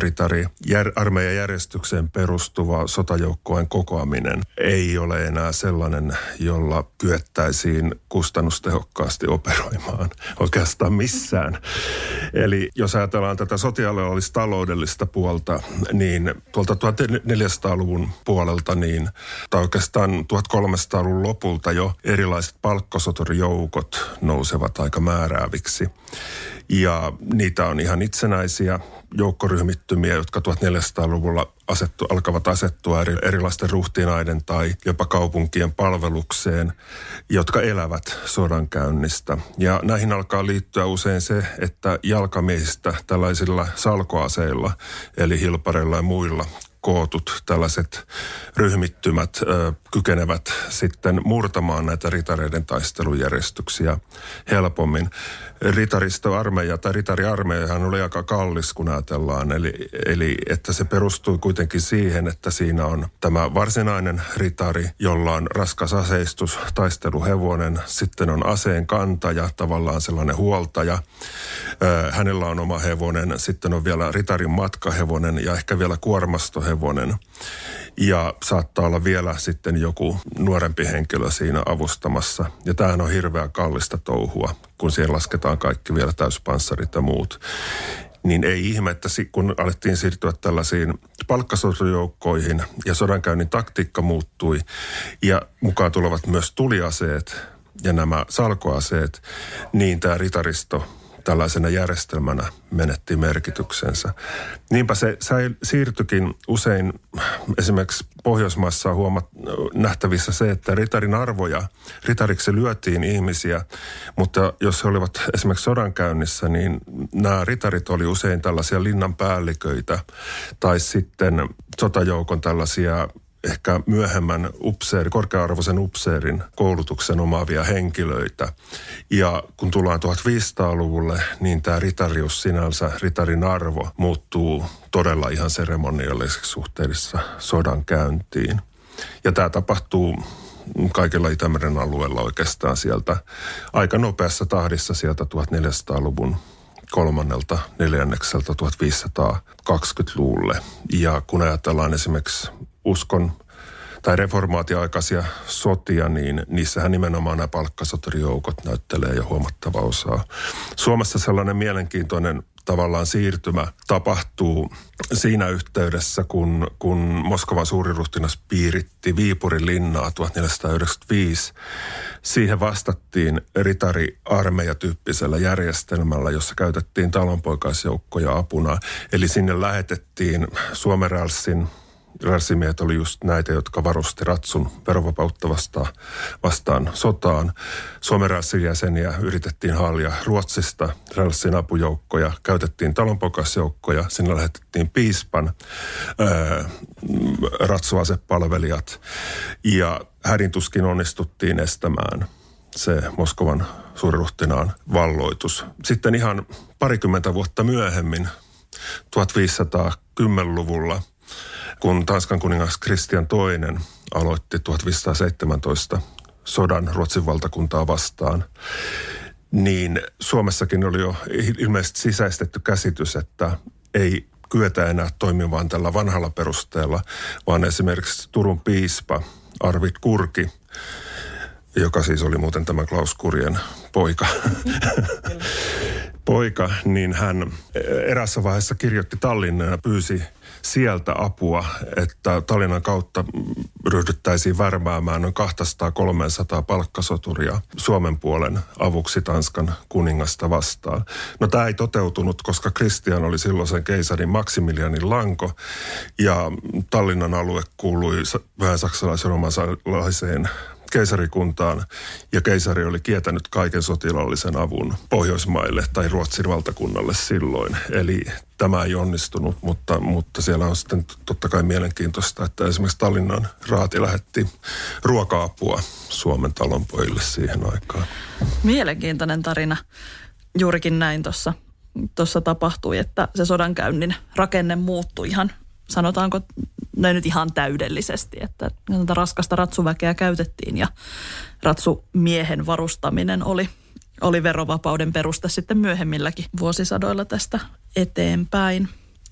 ritariarmeijajärjestykseen perustuva sotajoukkojen kokoaminen ei ole enää sellainen, jolla kyettäisiin kustannustehokkaasti operoimaan oikeastaan missään. Eli jos ajatellaan tätä sotilaallista-taloudellista puolta, niin tuolta tuhatneljäsataaluvun puolelta niin, tai oikeastaan tuhatkolmesataaluvun lopulta jo erilaiset palkkasotorijoukot nousevat aika määrääviksi. Ja niitä on ihan itsenäisiä joukkoryhmittymiä, jotka tuhatneljäsataaluvulla asettu, alkavat asettua eri, erilaisten ruhtinaiden tai jopa kaupunkien palvelukseen, jotka elävät sodankäynnistä. Ja näihin alkaa liittyä usein se, että jalkamiehistä tällaisilla salkoaseilla, eli hilpareilla ja muilla, kootut tällaiset ryhmittymät ö, kykenevät sitten murtamaan näitä ritareiden taistelujärjestyksiä helpommin. Ritaristoarmeija tai ritariarmeijahan oli aika kallis, kun ajatellaan. Eli, eli että se perustui kuitenkin siihen, että siinä on tämä varsinainen ritari, jolla on raskas aseistus, taisteluhevonen. Sitten on aseen kantaja, tavallaan sellainen huoltaja. Ö, hänellä on oma hevonen. Sitten on vielä ritarin matkahevonen ja ehkä vielä kuormastohevonen. Ja saattaa olla vielä sitten joku nuorempi henkilö siinä avustamassa. Ja tämähän on hirveän kallista touhua, kun siihen lasketaan kaikki vielä täyspanssarit ja muut. Niin ei ihme, että kun alettiin siirtyä tällaisiin palkkasotajoukkoihin ja sodankäynnin taktiikka muuttui ja mukaan tulevat myös tuliaseet ja nämä salkoaseet, niin tämä ritaristo tällaisena järjestelmänä menetti merkityksensä. Niinpä se siirtyikin usein, esimerkiksi Pohjoismaissa on huomat, nähtävissä se, että ritarin arvoja, ritariksi lyötiin ihmisiä, mutta jos he olivat esimerkiksi sodankäynnissä, niin nämä ritarit oli usein tällaisia linnan päälliköitä tai sitten sotajoukon tällaisia ehkä myöhemmän upseeri, korkea-arvoisen upseerin koulutuksen omaavia henkilöitä. Ja kun tullaan viisitoistasataa-luvulle, niin tämä ritarius sinänsä, ritarin arvo, muuttuu todella ihan seremonialliseksi suhteessa sodan käyntiin. Ja tämä tapahtuu kaikilla Itämeren alueella oikeastaan sieltä aika nopeassa tahdissa sieltä neljätoistasadan-luvun kolmannelta neljännekseltä viisitoistasataakaksikymmentäluvulle. Ja kun ajatellaan esimerkiksi uskon tai reformaatioaikaisia sotia, niin niissähän nimenomaan nämä palkkasotarijoukot näyttelee jo huomattava osaa. Suomessa sellainen mielenkiintoinen tavallaan siirtymä tapahtuu siinä yhteydessä, kun, kun Moskovan suuriruhtinas piiritti Viipurin linnaa tuhatneljäsataayhdeksänkymmentäviisi. Siihen vastattiin ritari-armeijatyyppisellä järjestelmällä, jossa käytettiin talonpoikaisjoukkoja apuna. Eli sinne lähetettiin Suomen rälssin rälssimiehet oli just näitä, jotka varusti ratsun verovapautta vastaan, vastaan sotaan. Suomen rälssin jäseniä yritettiin haalia Ruotsista, rälssin apujoukkoja, käytettiin talonpoikaisjoukkoja, sinne lähetettiin piispan ää, ratsuasepalvelijat ja hädintuskin onnistuttiin estämään se Moskovan suuriruhtinaan valloitus. Sitten ihan parikymmentä vuotta myöhemmin, viisitoistakymmentäluvulla, kun Tanskan kuningas Kristian toinen aloitti viisitoistasataseitsemäntoista sodan Ruotsin valtakuntaa vastaan, niin Suomessakin oli jo ilmeisesti sisäistetty käsitys, että ei kyetä enää toimimaan tällä vanhalla perusteella, vaan esimerkiksi Turun piispa Arvid Kurki, joka siis oli muuten tämä Klaus Kurjen poika, poika, niin hän erässä vaiheessa kirjoitti Tallinnaan ja pyysi sieltä apua, että Tallinnan kautta ryhdyttäisiin värväämään noin kaksisataa kolmesataa palkkasoturia Suomen puolen avuksi Tanskan kuningasta vastaan. No tämä ei toteutunut, koska Kristian oli silloisen keisarin Maximilianin lanko ja Tallinnan alue kuului vähän saksalais-romansalaiseen keisarikuntaan ja keisari oli kieltänyt kaiken sotilaallisen avun Pohjoismaille tai Ruotsin valtakunnalle silloin. Eli tämä ei onnistunut, mutta, mutta siellä on sitten totta kai mielenkiintoista, että esimerkiksi Tallinnan raati lähetti ruoka-apua Suomen talonpojille siihen aikaan. Mielenkiintoinen tarina. Juurikin näin tuossa tuossa tapahtui, että se sodankäynnin rakenne muuttui ihan, sanotaanko näin nyt ihan täydellisesti, että raskasta ratsuväkeä käytettiin ja ratsumiehen varustaminen oli, oli verovapauden peruste sitten myöhemmilläkin vuosisadoilla tästä eteenpäin.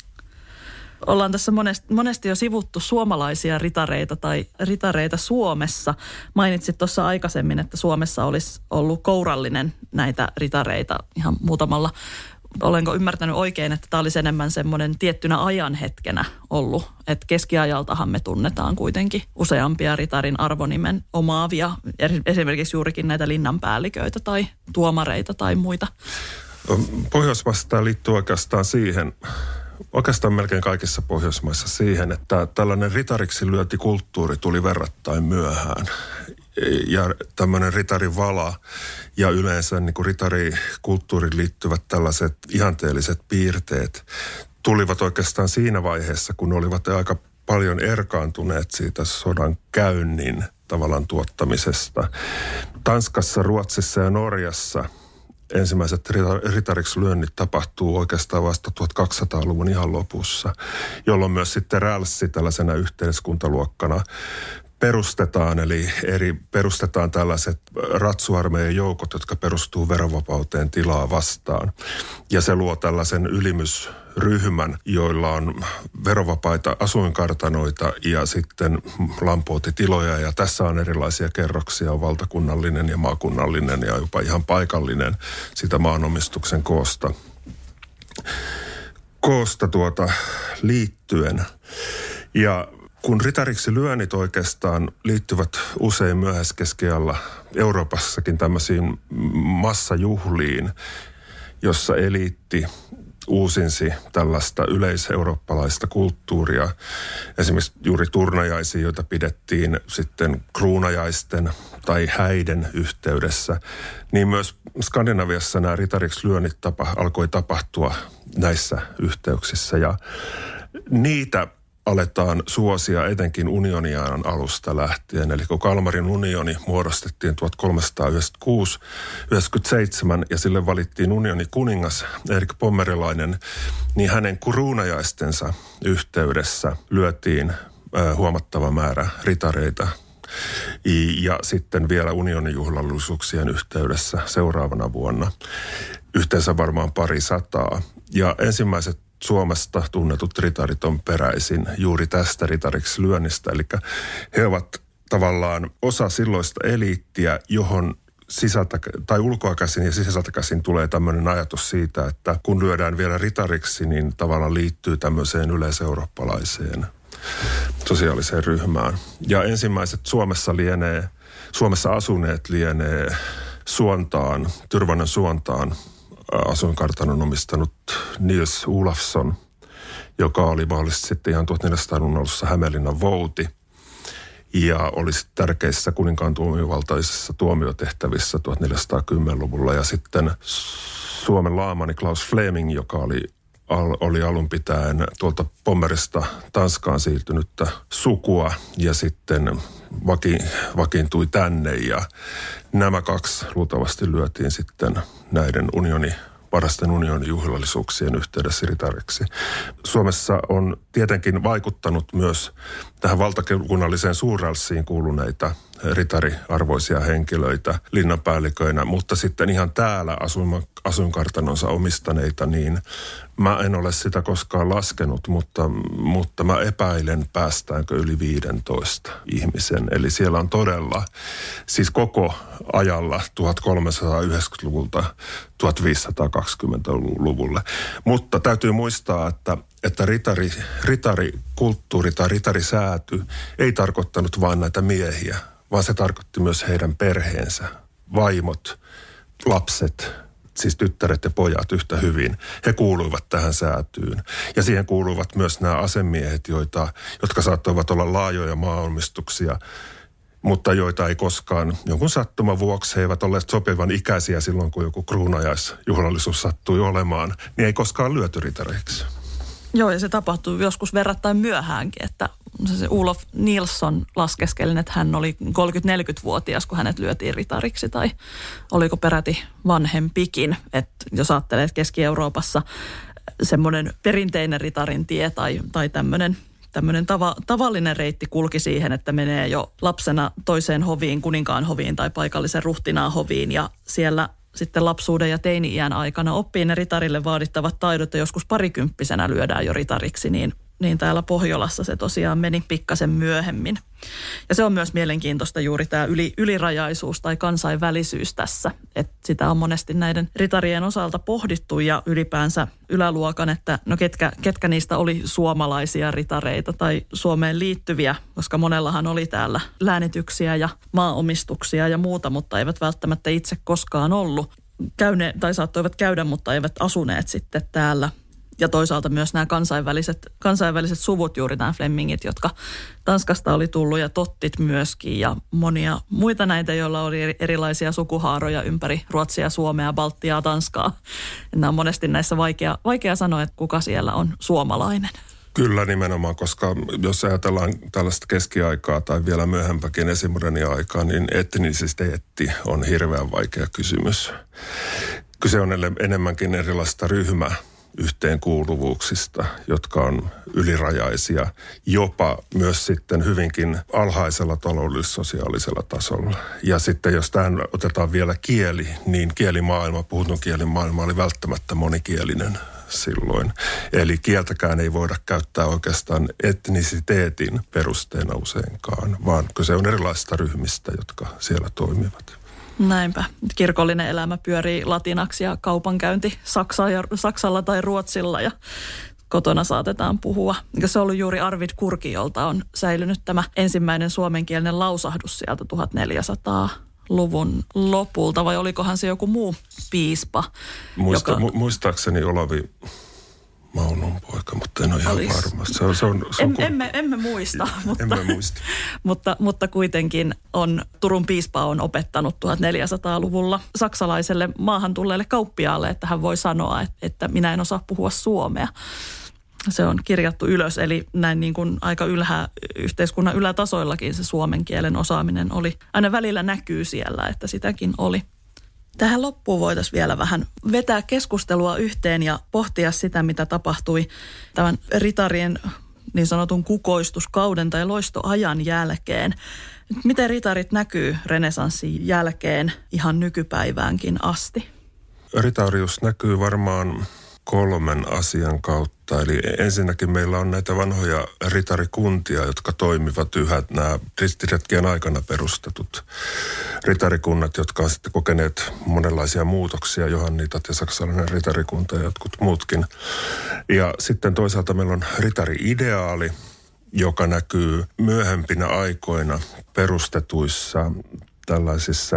Ollaan tässä monesti, monesti jo sivuttu suomalaisia ritareita tai ritareita Suomessa. Mainitsit tuossa aikaisemmin, että Suomessa olisi ollut kourallinen näitä ritareita ihan muutamalla. Olenko ymmärtänyt oikein, että tämä olisi enemmän semmoinen tiettynä ajanhetkenä ollut, että keskiajaltahan me tunnetaan kuitenkin useampia ritarin arvonimen omaavia, esimerkiksi juurikin näitä linnanpäälliköitä tai tuomareita tai muita. Pohjoismaissa tämä liittyy oikeastaan siihen, oikeastaan melkein kaikissa Pohjoismaissa siihen, että tällainen ritariksi lyöti kulttuuri tuli verrattain myöhään. Ja tämmöinen ritarivala ja yleensä niin kuin ritarikulttuuriin liittyvät tällaiset ihanteelliset piirteet tulivat oikeastaan siinä vaiheessa, kun olivat aika paljon erkaantuneet siitä sodan käynnin tavallaan tuottamisesta. Tanskassa, Ruotsissa ja Norjassa ensimmäiset ritariksi lyönnit tapahtuu oikeastaan vasta tuhatkaksisataaluvun ihan lopussa, jolloin myös sitten rälssi tällaisena yhteiskuntaluokkana perustetaan, eli eri, perustetaan tällaiset ratsuarmeijan joukot, jotka perustuu verovapauteen tilaa vastaan. Ja se luo tällaisen ylimysryhmän, joilla on verovapaita asuinkartanoita ja sitten lampuotitiloja. Ja tässä on erilaisia kerroksia, on valtakunnallinen ja maakunnallinen ja jopa ihan paikallinen sitä maanomistuksen koosta, koosta tuota liittyen. Ja kun ritariksi lyönnit oikeastaan liittyvät usein myöhäiskeskiajalla Euroopassakin tämmöisiin massajuhliin, jossa eliitti uusinsi tällaista yleiseurooppalaista kulttuuria. Esimerkiksi juuri turnajaisia, joita pidettiin sitten kruunajaisten tai häiden yhteydessä. Niin myös Skandinaviassa nämä ritariksi lyönnit tapa, alkoi tapahtua näissä yhteyksissä. Ja niitä aletaan suosia etenkin unioniajan alusta lähtien. Eli kun Kalmarin unioni muodostettiin tuhatkolmesataayhdeksänkymmentäkuusi yhdeksänkymmentäseitsemän ja sille valittiin unioni kuningas Erik Pommerilainen, niin hänen kruunajaistensa yhteydessä lyötiin äh, huomattava määrä ritareita. Ja sitten vielä unionijuhlallisuuksien yhteydessä seuraavana vuonna yhteensä varmaan pari sataa. Ja ensimmäiset Suomesta tunnetut ritarit on peräisin juuri tästä ritariksi lyönnistä. Eli he ovat tavallaan osa silloista eliittiä, johon sisältä, tai ulkoa käsin ja sisältä käsin tulee tämmöinen ajatus siitä, että kun lyödään vielä ritariksi, niin tavallaan liittyy tämmöiseen yleiseurooppalaiseen sosiaaliseen ryhmään. Ja ensimmäiset Suomessa lienee, Suomessa asuneet lienee Suontaan, Tyrvännön Suontaan asuinkartanon omistanut Nils Olafsson, joka oli mahdollisesti sitten ihan tuhatneljäsataaluvun alussa Hämeenlinnan vouti ja oli tärkeissä kuninkaan tuomiovaltaisissa tuomiotehtävissä tuhatneljäsataakymmenluvulla. Ja sitten Suomen laamani Klaus Fleming, joka oli, al, oli alun pitäen tuolta Pommerista Tanskaan siirtynyttä sukua ja sitten vaki, vakiintui tänne. Ja nämä kaksi luultavasti lyötiin sitten näiden unioni, varasten unionin juhlallisuuksien yhteydessä ritariksi. Suomessa on tietenkin vaikuttanut myös tähän valtakunnalliseen suurrälssiin kuuluneita ritariarvoisia henkilöitä linnanpäälliköinä, mutta sitten ihan täällä asuin, asuinkartanonsa omistaneita, niin mä en ole sitä koskaan laskenut, mutta, mutta mä epäilen, päästäänkö yli viisitoista ihmisen. Eli siellä on todella, siis koko ajalla tuhatkolmesataayhdeksänkymmentäluvulta tuhatviisisataakaksikymmentäluvulle. Mutta täytyy muistaa, että, että ritari, ritarikulttuuri tai ritarisääty ei tarkoittanut vain näitä miehiä, vaan se tarkoitti myös heidän perheensä, vaimot, lapset, siis tyttäret ja pojat yhtä hyvin. He kuuluivat tähän säätyyn. Ja siihen kuuluivat myös nämä asemiehet, joita, jotka saattoivat olla laajoja maaomistuksia, mutta joita ei koskaan jonkun sattuman vuoksi, he eivät olleet sopivan ikäisiä silloin, kun joku kruunajaisjuhlallisuus sattui olemaan, niin ei koskaan lyöty ritareiksi. Joo, ja se tapahtuu joskus verrattain myöhäänkin, että se Olof Nilsson laskeskelin, että hän oli kolmekymmentä-neljäkymmentävuotias, kun hänet lyötiin ritariksi, tai oliko peräti vanhempikin. Että jos ajattelee, että Keski-Euroopassa semmoinen perinteinen ritarin tie tai, tai tämmöinen Tämmöinen tava, tavallinen reitti kulki siihen, että menee jo lapsena toiseen hoviin, kuninkaan hoviin tai paikallisen ruhtinaan hoviin ja siellä sitten lapsuuden ja teini-iän aikana oppii ne ritarille vaadittavat taidot ja joskus parikymppisenä lyödään jo ritariksi, niin, niin täällä Pohjolassa se tosiaan meni pikkasen myöhemmin. Ja se on myös mielenkiintoista juuri tämä yli, ylirajaisuus tai kansainvälisyys tässä, että sitä on monesti näiden ritarien osalta pohdittu ja ylipäänsä yläluokan, että no ketkä, ketkä niistä oli suomalaisia ritareita tai Suomeen liittyviä, koska monellahan oli täällä läänityksiä ja maaomistuksia ja muuta, mutta eivät välttämättä itse koskaan ollut käyne, tai saattoivat käydä, mutta eivät asuneet sitten täällä. Ja toisaalta myös nämä kansainväliset, kansainväliset suvut, juuri nämä Flemmingit, jotka Tanskasta oli tullut ja Tottit myöskin ja monia muita näitä, joilla oli erilaisia sukuhaaroja ympäri Ruotsia, Suomea, Baltiaa, Tanskaa. Nämä on monesti näissä vaikea, vaikea sanoa, että kuka siellä on suomalainen. Kyllä nimenomaan, koska jos ajatellaan tällaista keskiaikaa tai vielä myöhempäkin esimerkiksi aikaa, niin etnisesti on hirveän vaikea kysymys. Kyse on enemmänkin erilaista ryhmää yhteenkuuluvuuksista, jotka on ylirajaisia, jopa myös sitten hyvinkin alhaisella taloudellis-sosiaalisella tasolla. Ja sitten jos tähän otetaan vielä kieli, niin kielimaailma, puhutun kielimaailma oli välttämättä monikielinen silloin. Eli kieltäkään ei voida käyttää oikeastaan etnisiteetin perusteena useinkaan, vaan kyse on erilaisista ryhmistä, jotka siellä toimivat. Näinpä. Kirkollinen elämä pyörii latinaksi ja kaupankäynti Saksa ja, Saksalla tai Ruotsilla ja kotona saatetaan puhua. Se on ollut juuri Arvid Kurki, jolta on säilynyt tämä ensimmäinen suomenkielinen lausahdus sieltä tuhatneljäsataa luvun lopulta, vai olikohan se joku muu piispa? Muista, joka... mu, muistaakseni Olavi Maunun poika, mutta en ole ihan Olis... varma. Se on, se on, se on em, kun... emme, emme muista, mutta, emme muista. mutta, mutta kuitenkin on, Turun piispa on opettanut tuhatneljäsataaluvulla saksalaiselle maahan tulleelle kauppiaalle, että hän voi sanoa, että minä en osaa puhua suomea. Se on kirjattu ylös, eli näin niin kuin aika ylhää, yhteiskunnan ylätasoillakin se suomen kielen osaaminen oli. Aina välillä näkyy siellä, että sitäkin oli. Tähän loppuun voitaisiin vielä vähän vetää keskustelua yhteen ja pohtia sitä, mitä tapahtui tämän ritarien niin sanotun kukoistuskauden tai loistoajan jälkeen. Miten ritarit näkyy renesanssin jälkeen ihan nykypäiväänkin asti? Ritarius näkyy varmaan kolmen asian kautta. Eli ensinnäkin meillä on näitä vanhoja ritarikuntia, jotka toimivat yhä, nämä ristiretkien aikana perustetut ritarikunnat, jotka on sitten kokeneet monenlaisia muutoksia, Johannitat ja saksalainen ritarikunta ja jotkut muutkin. Ja sitten toisaalta meillä on ritari-ideaali, joka näkyy myöhempinä aikoina perustetuissa tällaisissa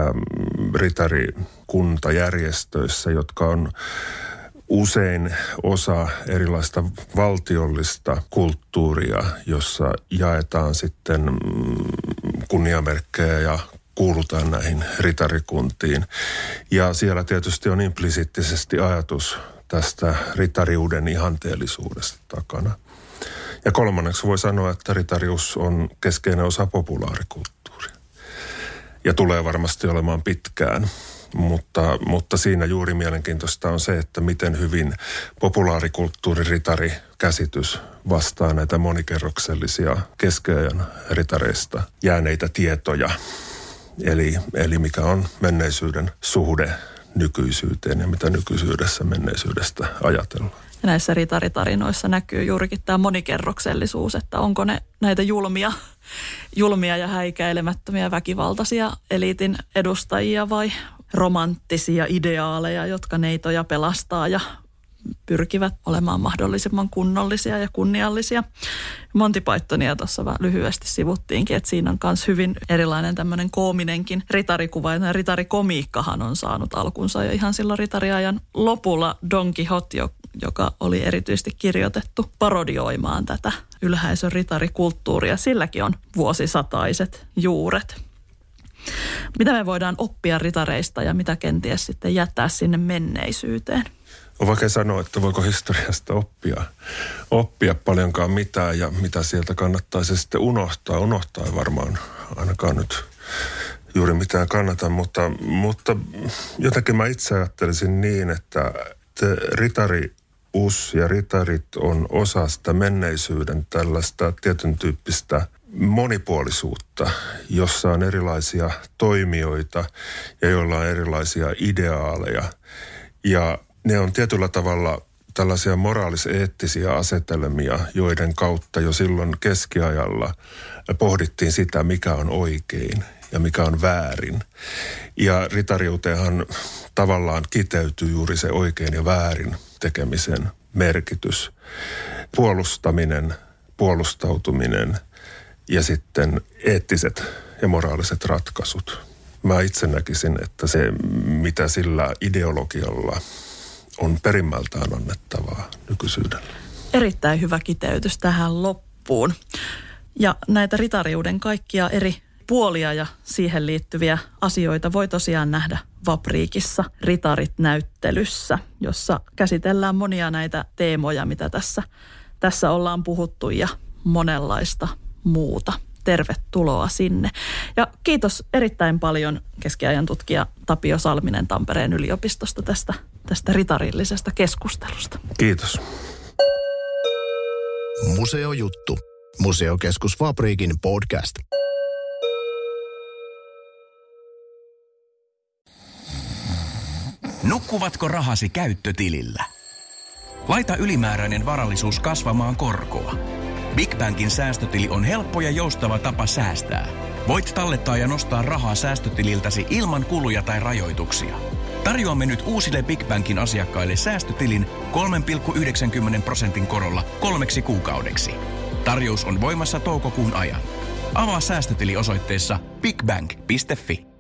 ritarikuntajärjestöissä, jotka on usein osa erilaista valtiollista kulttuuria, jossa jaetaan sitten kunniamerkkejä ja kuulutaan näihin ritarikuntiin. Ja siellä tietysti on implisiittisesti ajatus tästä ritariuden ihanteellisuudesta takana. Ja kolmanneksi voi sanoa, että ritarius on keskeinen osa populaarikulttuuria. Ja tulee varmasti olemaan pitkään. Mutta, mutta siinä juuri mielenkiintoista on se, että miten hyvin populaarikulttuuriritari käsitys vastaa näitä monikerroksellisia keskiajan ritareista jääneitä tietoja. Eli, eli mikä on menneisyyden suhde nykyisyyteen ja mitä nykyisyydessä menneisyydestä ajatellaan. Ja näissä ritaritarinoissa näkyy juurikin tämä monikerroksellisuus, että onko ne näitä julmia, julmia ja häikäilemättömiä väkivaltaisia eliitin edustajia vai romanttisia ideaaleja, jotka neitoja pelastaa ja pyrkivät olemaan mahdollisimman kunnollisia ja kunniallisia. Monty Pythonia tuossa lyhyesti sivuttiinkin, että siinä on myös hyvin erilainen tämmöinen koominenkin ritarikuva. Ja ritarikomiikkahan on saanut alkunsa jo ihan silloin ritariajan lopulla. Don Quixote, joka oli erityisesti kirjoitettu parodioimaan tätä ylhäisön ritarikulttuuria. Silläkin on vuosisataiset juuret. Mitä me voidaan oppia ritareista ja mitä kenties sitten jättää sinne menneisyyteen? On vaikea sanoa, että voiko historiasta oppia, oppia paljonkaan mitään ja mitä sieltä kannattaisi sitten unohtaa. Unohtaa ei varmaan ainakaan nyt juuri mitään kannata, mutta, mutta jotenkin mä itse ajattelisin niin, että ritarius ja ritarit on osa sitä menneisyyden tällaista tietyn tyyppistä monipuolisuutta, jossa on erilaisia toimijoita ja joilla on erilaisia ideaaleja. Ja ne on tietyllä tavalla tällaisia moraalis-eettisiä asetelmia, joiden kautta jo silloin keskiajalla pohdittiin sitä, mikä on oikein ja mikä on väärin. Ja ritariuteenhan tavallaan kiteytyy juuri se oikein ja väärin tekemisen merkitys. Puolustaminen, puolustautuminen ja sitten eettiset ja moraaliset ratkaisut. Mä itse näkisin, että se, mitä sillä ideologialla on perimmältään annettavaa nykyisyydellä. Erittäin hyvä kiteytys tähän loppuun. Ja näitä ritariuden kaikkia eri puolia ja siihen liittyviä asioita voi tosiaan nähdä Vapriikissa Ritarit-näyttelyssä, jossa käsitellään monia näitä teemoja, mitä tässä, tässä ollaan puhuttu ja monenlaista muuta. Tervetuloa sinne. Ja kiitos erittäin paljon keskiajan tutkija Tapio Salminen Tampereen yliopistosta tästä, tästä ritarillisesta keskustelusta. Kiitos. Museojuttu. Museokeskus Vapriikin podcast. Nukkuvatko rahasi käyttötilillä? Laita ylimääräinen varallisuus kasvamaan korkoa. Big Bankin säästötili on helppo ja joustava tapa säästää. Voit tallettaa ja nostaa rahaa säästötililtäsi ilman kuluja tai rajoituksia. Tarjoamme nyt uusille Big Bankin asiakkaille säästötilin kolme pilkku yhdeksänkymmentä prosentin korolla kolmeksi kuukaudeksi. Tarjous on voimassa toukokuun ajan. Avaa säästötili osoitteessa bigbank piste fi.